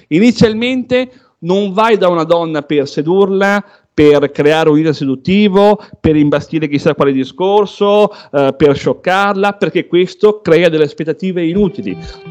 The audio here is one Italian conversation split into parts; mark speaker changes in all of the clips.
Speaker 1: Inizialmente non vai da una donna per sedurla, per creare un iter seduttivo, per imbastire chissà quale discorso, per scioccarla, perché questo crea delle aspettative inutili.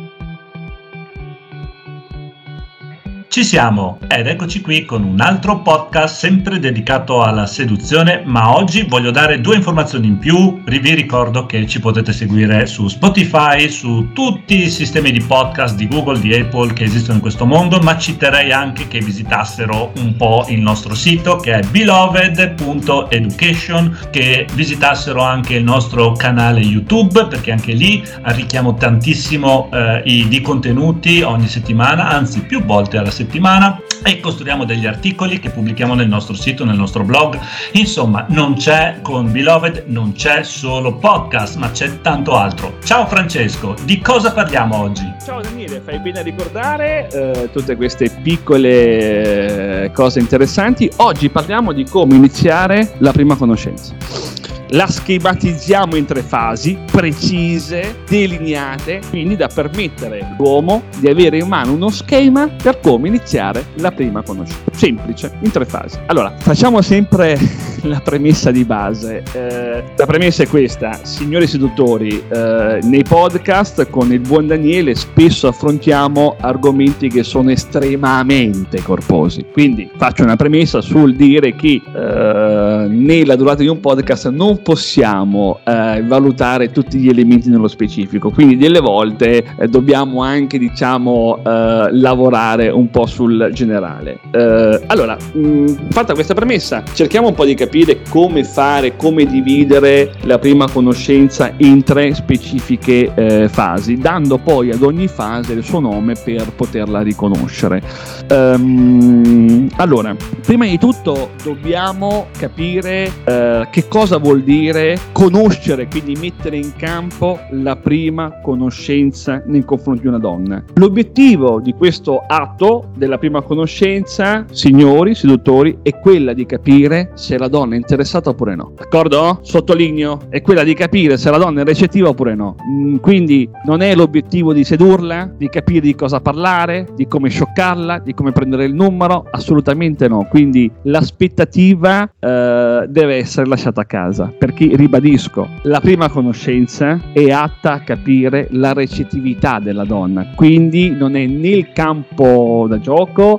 Speaker 2: Ci siamo ed eccoci qui con un altro podcast sempre dedicato alla seduzione, ma oggi voglio dare 2 informazioni in più. Vi ricordo che ci potete seguire su Spotify, su tutti i sistemi di podcast di Google, di Apple che esistono in questo mondo, ma ci terrei anche che visitassero un po' il nostro sito che è beloved.education, che visitassero anche il nostro canale YouTube, perché anche lì arricchiamo tantissimo di contenuti ogni settimana, anzi più volte alla settimana, e costruiamo degli articoli che pubblichiamo nel nostro sito, nel nostro blog. Insomma, non c'è con Beloved, non c'è solo podcast, ma c'è tanto altro. Ciao Francesco, di cosa parliamo oggi?
Speaker 1: Ciao Daniele, fai bene a ricordare tutte queste piccole cose interessanti. Oggi parliamo di come iniziare la prima conoscenza. La schematizziamo in 3 fasi precise, delineate, quindi da permettere all'uomo di avere in mano uno schema per come iniziare la prima conoscenza. Semplice, in 3 fasi. Allora, facciamo sempre la premessa di base. La premessa è questa: signori seduttori, nei podcast con il buon Daniele spesso affrontiamo argomenti che sono estremamente corposi. Quindi faccio una premessa sul dire che nella durata di un podcast non possiamo valutare tutti gli elementi nello specifico, quindi delle volte dobbiamo anche lavorare un po' sul generale. Allora, fatta questa premessa, cerchiamo un po' di capire come fare, come dividere la prima conoscenza in 3 specifiche fasi, dando poi ad ogni fase il suo nome per poterla riconoscere. Allora, prima di tutto dobbiamo capire che cosa vuol dire conoscere, quindi mettere in campo la prima conoscenza nei confronti di una donna. L'obiettivo di questo atto della prima conoscenza, signori seduttori, è quella di capire se la donna è interessata oppure no. D'accordo? Sottolineo, è quella di capire se la donna è recettiva oppure no. Quindi non è l'obiettivo di sedurla, di capire di cosa parlare, di come scioccarla, di come prendere il numero, assolutamente no. Quindi l'aspettativa deve essere lasciata a casa, perché ribadisco, la prima conoscenza è atta a capire la recettività della donna, quindi non è né il campo da gioco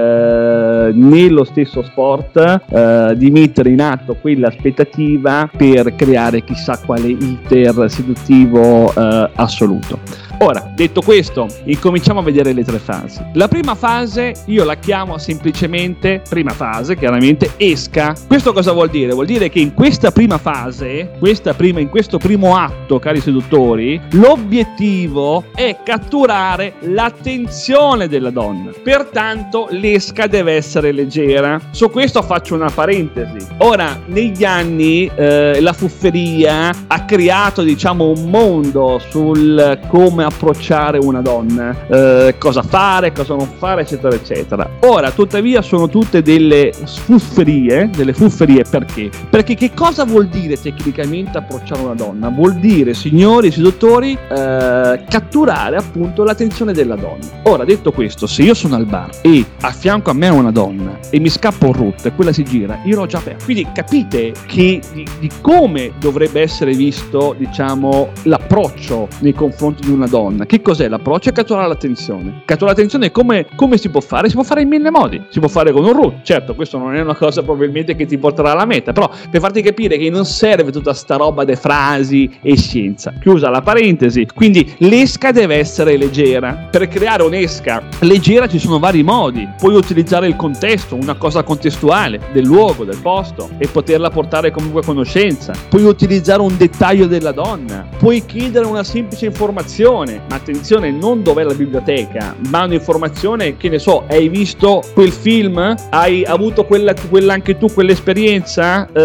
Speaker 1: né lo stesso sport di mettere in atto quella aspettativa per creare chissà quale iter seduttivo assoluto. Ora, detto questo, incominciamo a vedere le 3 fasi. La prima fase io la chiamo semplicemente prima fase, chiaramente esca. Questo cosa vuol dire? Vuol dire che in questa prima fase, in questo primo atto, cari seduttori, l'obiettivo è catturare l'attenzione della donna. Pertanto l'esca deve essere leggera. Su questo faccio una parentesi. Ora, negli anni la fufferia ha creato, un mondo sul come approcciare una donna, cosa fare, cosa non fare, eccetera eccetera. Ora, tuttavia, sono tutte delle fufferie perché? Perché che cosa vuol dire tecnicamente approcciare una donna? Vuol dire, signori seduttori, catturare appunto l'attenzione della donna. Ora, detto questo, se io sono al bar e a fianco a me una donna e mi scappa un rutto e quella si gira, io l'ho già perso. Quindi capite che di come dovrebbe essere visto, l'approccio nei confronti di una donna. Che cos'è l'approccio? È catturare l'attenzione. Catturare l'attenzione come si può fare? Si può fare in 1000 modi. Si può fare con un root. Certo, questo non è una cosa probabilmente che ti porterà alla meta, però per farti capire che non serve tutta sta roba de frasi e scienza. Chiusa la parentesi. Quindi l'esca deve essere leggera. Per creare un'esca leggera ci sono vari modi. Puoi utilizzare il contesto, una cosa contestuale del luogo, del posto, e poterla portare comunque a conoscenza. Puoi utilizzare un dettaglio della donna. Puoi chiedere una semplice informazione. Ma attenzione, non dov'è la biblioteca, ma un'informazione, che ne so, hai visto quel film? Hai avuto quella anche tu, quell'esperienza?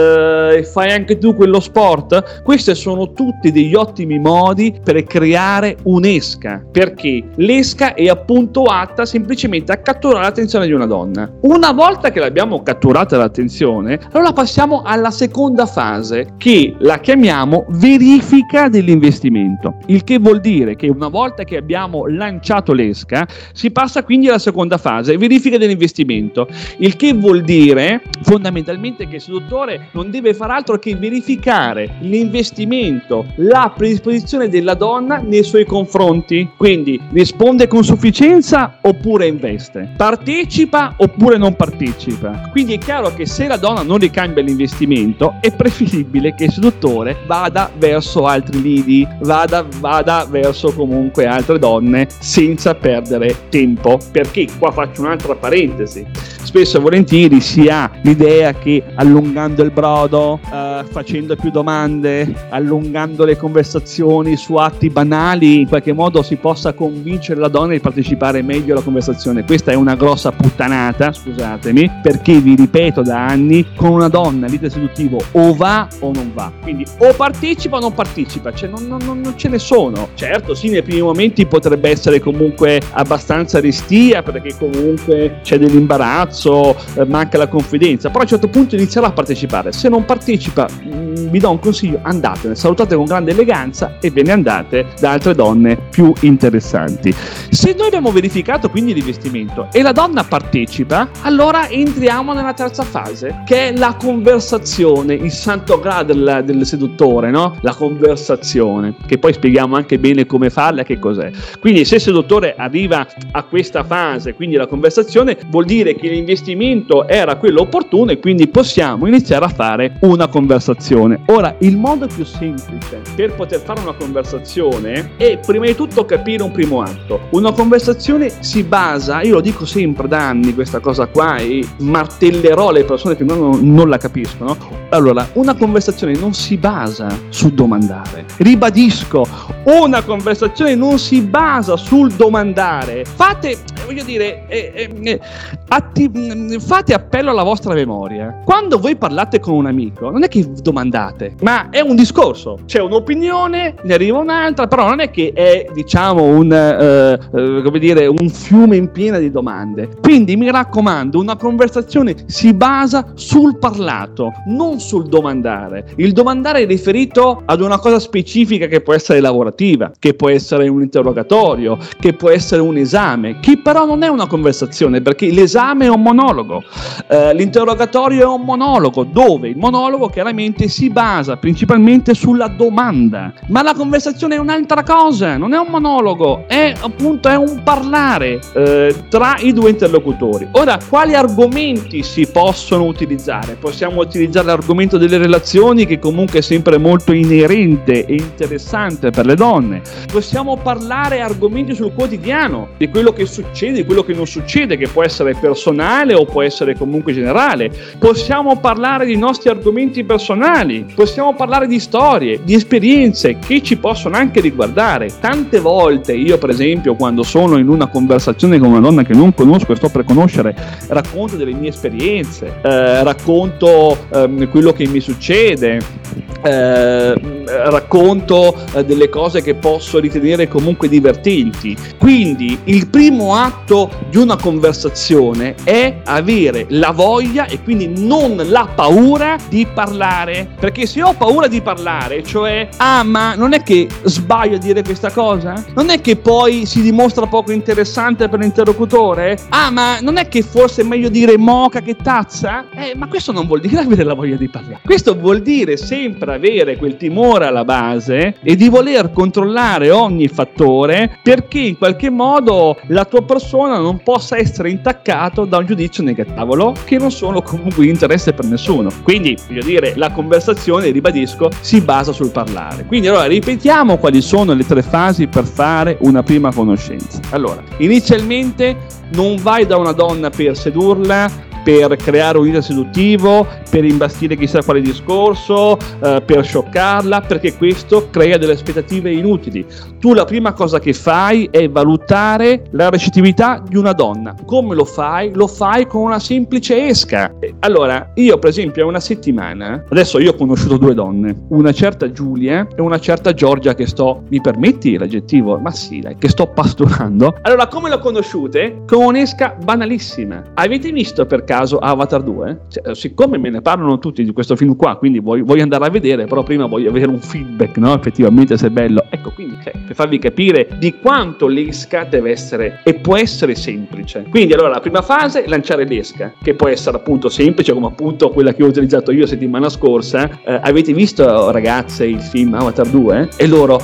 Speaker 1: fai anche tu quello sport. Questi sono tutti degli ottimi modi per creare un'esca, perché l'esca è appunto atta semplicemente a catturare l'attenzione di una donna. Una volta che l'abbiamo catturata l'attenzione, allora passiamo alla seconda fase, che la chiamiamo verifica dell'investimento, il che vuol dire che una volta che abbiamo lanciato l'esca si passa quindi alla seconda fase, verifica dell'investimento, il che vuol dire fondamentalmente che il seduttore non deve fare altro che verificare l'investimento, la predisposizione della donna nei suoi confronti. Quindi risponde con sufficienza oppure investe, partecipa oppure non partecipa. Quindi è chiaro che se la donna non ricambia l'investimento, è preferibile che il seduttore vada verso altri lidi, vada verso comunque altre donne senza perdere tempo. Perché qua faccio un'altra parentesi: spesso e volentieri si ha l'idea che allungando il brodo, facendo più domande, allungando le conversazioni su atti banali, in qualche modo si possa convincere la donna di partecipare meglio alla conversazione. Questa è una grossa puttanata, scusatemi, perché vi ripeto da anni, con una donna l'iter seduttivo o va o non va, quindi o partecipa o non partecipa, cioè non ce ne sono. Certo, sì, nei primi momenti potrebbe essere comunque abbastanza restia, perché comunque c'è dell'imbarazzo, manca la confidenza, però a un certo punto inizierà a partecipare. Se non partecipa, vi do un consiglio: andatene, salutate con grande eleganza e ve ne andate da altre donne più interessanti. Se noi abbiamo verificato quindi l'investimento e la donna partecipa, allora entriamo nella terza fase, che è la conversazione, il santo graal del seduttore, no? La conversazione, che poi spieghiamo anche bene come farla e che cos'è. Quindi se il seduttore arriva a questa fase, quindi la conversazione, vuol dire che l'investimento era quello opportuno e quindi possiamo iniziare a fare una conversazione. Ora, il modo più semplice per poter fare una conversazione è prima di tutto capire un primo atto. Una conversazione si basa, io lo dico sempre da anni questa cosa qua e martellerò le persone che non la capiscono. Allora, una conversazione non si basa sul domandare. Ribadisco, una conversazione non si basa sul domandare. Fate appello alla vostra memoria. Quando voi parlate con un amico, non è che domandate, ma è un discorso. C'è un'opinione, ne arriva un'altra, però non è che è, diciamo, un fiume in piena di domande. Quindi mi raccomando, una conversazione si basa sul parlato, non sul domandare. Il domandare è riferito ad una cosa specifica che può essere lavorativa, che può essere un interrogatorio, che può essere un esame, che però non è una conversazione, perché l'esame è un monologo, l'interrogatorio è un monologo, dove il monologo chiaramente si basa principalmente sulla domanda, ma la conversazione è un'altra cosa, non è un monologo, è un parlare tra i due interlocutori. Ora, quali argomenti si possono utilizzare? Possiamo utilizzare l'argomento delle relazioni, che comunque è sempre molto inerente e interessante per le donne. Possiamo parlare argomenti sul quotidiano, di quello che succede, di quello che non succede, che può essere personale o può essere comunque generale. Possiamo parlare di nostri argomenti personali, possiamo parlare di storie, di esperienze che ci possono anche riguardare. Tante volte io, per esempio, quando sono in una conversazione con una donna che non conosco e sto per conoscere, racconto delle mie esperienze, racconto quello che mi succede, racconto delle cose che posso ritenere comunque divertenti. Quindi il primo atto di una conversazione è avere la voglia e quindi non la paura di parlare, perché se ho paura di parlare, cioè ma non è che sbaglio a dire questa cosa? Non è che poi si dimostra poco interessante per l'interlocutore? Ma non è che forse è meglio dire moca che tazza? Ma questo non vuol dire avere la voglia di parlare, questo vuol dire sempre avere quel timore alla base e di voler controllare ogni fattore, perché in qualche modo la tua persona non possa essere intaccato da un giudizio negativo, che non sono comunque di interesse per nessuno. Quindi, voglio dire, la conversazione, ribadisco, si basa sul parlare. Quindi allora ripetiamo quali sono le 3 fasi per fare una prima conoscenza. Allora, inizialmente non vai da una donna per sedurla, per creare un iter seduttivo, per imbastire chissà quale discorso, per scioccarla, perché questo crea delle aspettative inutili. Tu la prima cosa che fai è valutare la recettività di una donna. Come lo fai? Lo fai con una semplice esca. Allora, io per esempio è una settimana, adesso io ho conosciuto 2 donne, una certa Giulia e una certa Giorgia che mi permetti l'aggettivo? Ma sì, dai, che sto pasturando. Allora, come l'ho conosciute? Con un'esca banalissima. Avete visto per caso Avatar 2? Cioè, siccome me ne parlano tutti di questo film qua, quindi voglio andare a vedere, però prima voglio avere un feedback, no? Effettivamente se è bello. Ecco, quindi per farvi capire di quanto l'esca deve essere e può essere semplice. Quindi allora la prima fase è lanciare l'esca, che può essere appunto semplice, come appunto quella che ho utilizzato io settimana scorsa. Avete visto, ragazze, il film Avatar 2? E loro,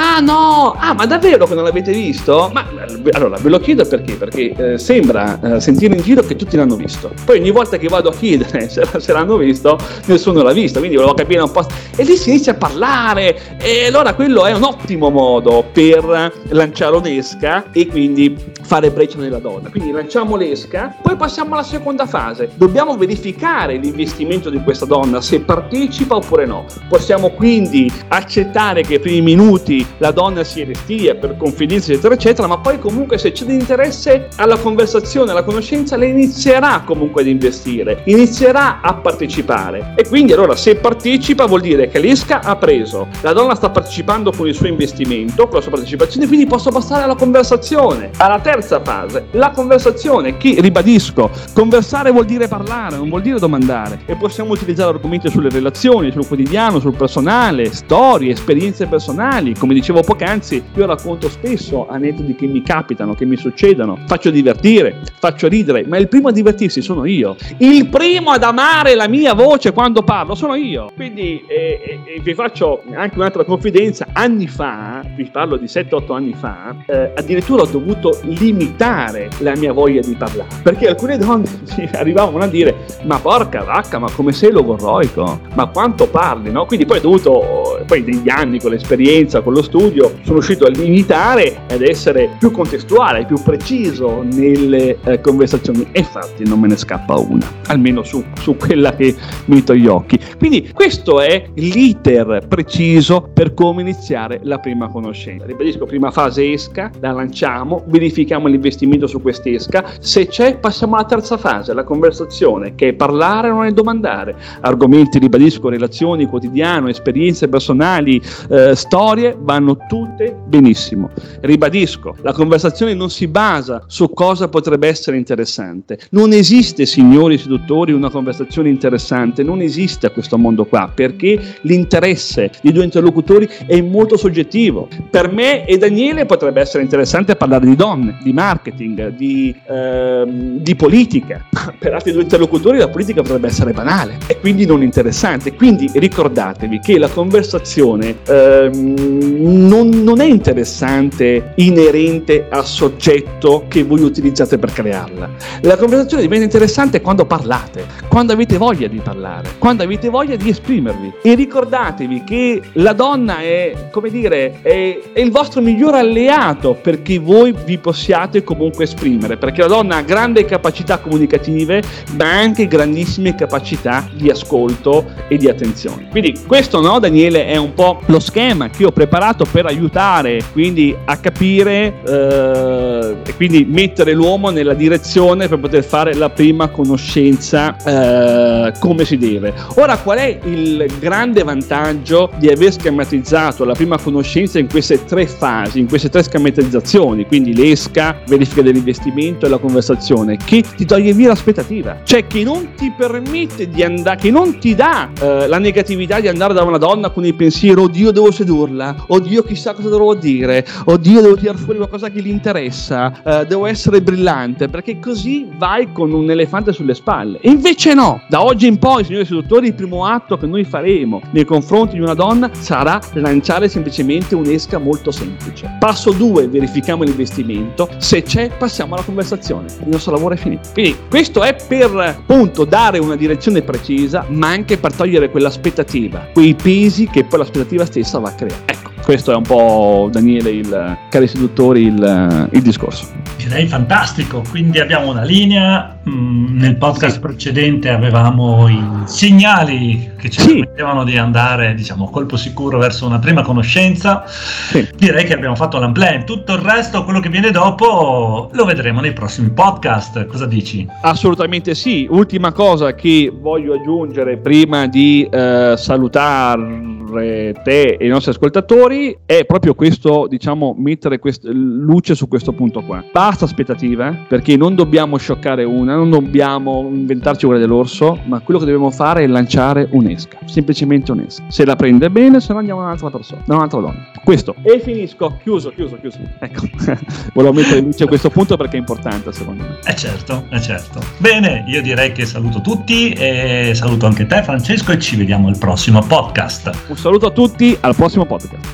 Speaker 1: ma davvero che non l'avete visto? Ma allora ve lo chiedo perché sembra sentire in giro che tutti l'hanno visto. Poi ogni volta che vado a chiedere se l'hanno visto, nessuno l'ha visto, quindi volevo capire un po'. E lì si inizia a parlare, e allora quello è un ottimo modo per lanciare un'esca e quindi fare breccia nella donna. Quindi lanciamo l'esca, poi passiamo alla seconda fase. Dobbiamo verificare l'investimento di questa donna, se partecipa oppure no. Possiamo quindi accettare che i primi minuti la donna si restia per confidenza eccetera eccetera, ma poi comunque se c'è di interesse alla conversazione, alla conoscenza, lei inizierà comunque ad investire, inizierà a partecipare, e quindi allora se partecipa vuol dire che l'esca ha preso, la donna sta partecipando con il suo investimento, con la sua partecipazione, quindi posso passare alla conversazione, alla terza fase, la conversazione, che ribadisco, conversare vuol dire parlare, non vuol dire domandare, e possiamo utilizzare argomenti sulle relazioni, sul quotidiano, sul personale, storie, esperienze personali. Come dicevo poc'anzi, io racconto spesso aneddoti che mi capitano, che mi succedono, faccio divertire, faccio ridere, ma il primo a divertirsi sono io, il primo ad amare la mia voce quando parlo sono io. Quindi vi faccio anche un'altra confidenza: anni fa, vi parlo di 7-8 anni fa, addirittura ho dovuto limitare la mia voglia di parlare, perché alcune donne arrivavano a dire: ma porca vacca, ma come sei logorroico, ma quanto parli, no? Quindi poi ho dovuto, poi degli anni con l'esperienza, con lo studio, sono riuscito a limitare ed essere più contestuale, più preciso nelle conversazioni, e infatti non me ne scappa una, almeno su quella che metto agli occhi. Quindi questo è l'iter preciso per come iniziare la prima conoscenza. Ribadisco, prima fase esca, la lanciamo, verifichiamo l'investimento su quest'esca, se c'è passiamo alla terza fase, la conversazione, che è parlare, non è domandare. Argomenti, ribadisco, relazioni, quotidiano, esperienze personali, storie, vanno tutte benissimo. Ribadisco, la conversazione non si basa su cosa potrebbe essere interessante. Non esiste, signori seduttori, una conversazione interessante, non esiste a questo mondo qua, perché l'interesse di 2 interlocutori è molto soggettivo. Per me e Daniele potrebbe essere interessante parlare di donne, di marketing, di politica. Per altri 2 interlocutori la politica potrebbe essere banale e quindi non interessante. Quindi ricordatevi che la conversazione non è interessante inerente al soggetto che voi utilizzate per crearla. La conversazione diventa interessante quando parlate, quando avete voglia di parlare, quando avete voglia di esprimervi. E ricordatevi che la donna è, come dire, è il vostro miglior alleato perché voi vi possiate comunque esprimere, perché la donna ha grandi capacità comunicative ma anche grandissime capacità di ascolto e di attenzione. Quindi questo, no, Daniele, è un po' lo schema che ho preparato per aiutare quindi a capire e quindi mettere l'uomo nella direzione per poter fare la prima conoscenza come si deve. Ora, qual è il grande vantaggio di aver schematizzato la prima conoscenza in queste 3 fasi, in queste 3 schematizzazioni, quindi l'esca, verifica dell'investimento e la conversazione, che ti toglie via l'aspettativa, cioè che non ti permette di andare, che non ti dà la negatività di andare da una donna con il pensiero: oddio, devo sedurla, oddio, chissà cosa dovrò dire, oddio, devo tirare fuori qualcosa che gli interessa, devo essere brillante, perché così vai con un elefante sulle spalle. E invece no, da oggi in poi, signori seduttori, il primo atto che noi faremo nei confronti di una donna sarà lanciare semplicemente un'esca molto semplice. Passo 2, verifichiamo l'investimento, se c'è passiamo alla conversazione, il nostro lavoro è finito. Quindi questo è per appunto dare una direzione precisa, ma anche per togliere quell'aspettativa, quei pesi che poi l'aspettativa stessa va a creare. Ecco, questo è un po', Daniele, cari seduttori, il discorso.
Speaker 2: Direi fantastico, quindi abbiamo una linea. Nel podcast precedente avevamo i segnali che ci permettevano di andare, diciamo, colpo sicuro verso una prima conoscenza. Direi che abbiamo fatto l'unplan. Tutto il resto, quello che viene dopo, lo vedremo nei prossimi podcast. Cosa dici?
Speaker 1: Assolutamente sì. Ultima cosa che voglio aggiungere prima di salutare te e i nostri ascoltatori è proprio questo, diciamo, mettere luce su questo punto qua. Basta aspettative, perché non dobbiamo scioccare non dobbiamo inventarci quella dell'orso, ma quello che dobbiamo fare è lanciare un'esca, semplicemente un'esca. Se la prende bene, se no andiamo da un'altra persona, da un'altra donna. Questo. E finisco. Chiuso. Ecco, volevo mettere in luce questo punto perché è importante, secondo me.
Speaker 2: Certo. Bene, io direi che saluto tutti e saluto anche te, Francesco, e ci vediamo al prossimo podcast.
Speaker 1: Un saluto a tutti, al prossimo podcast.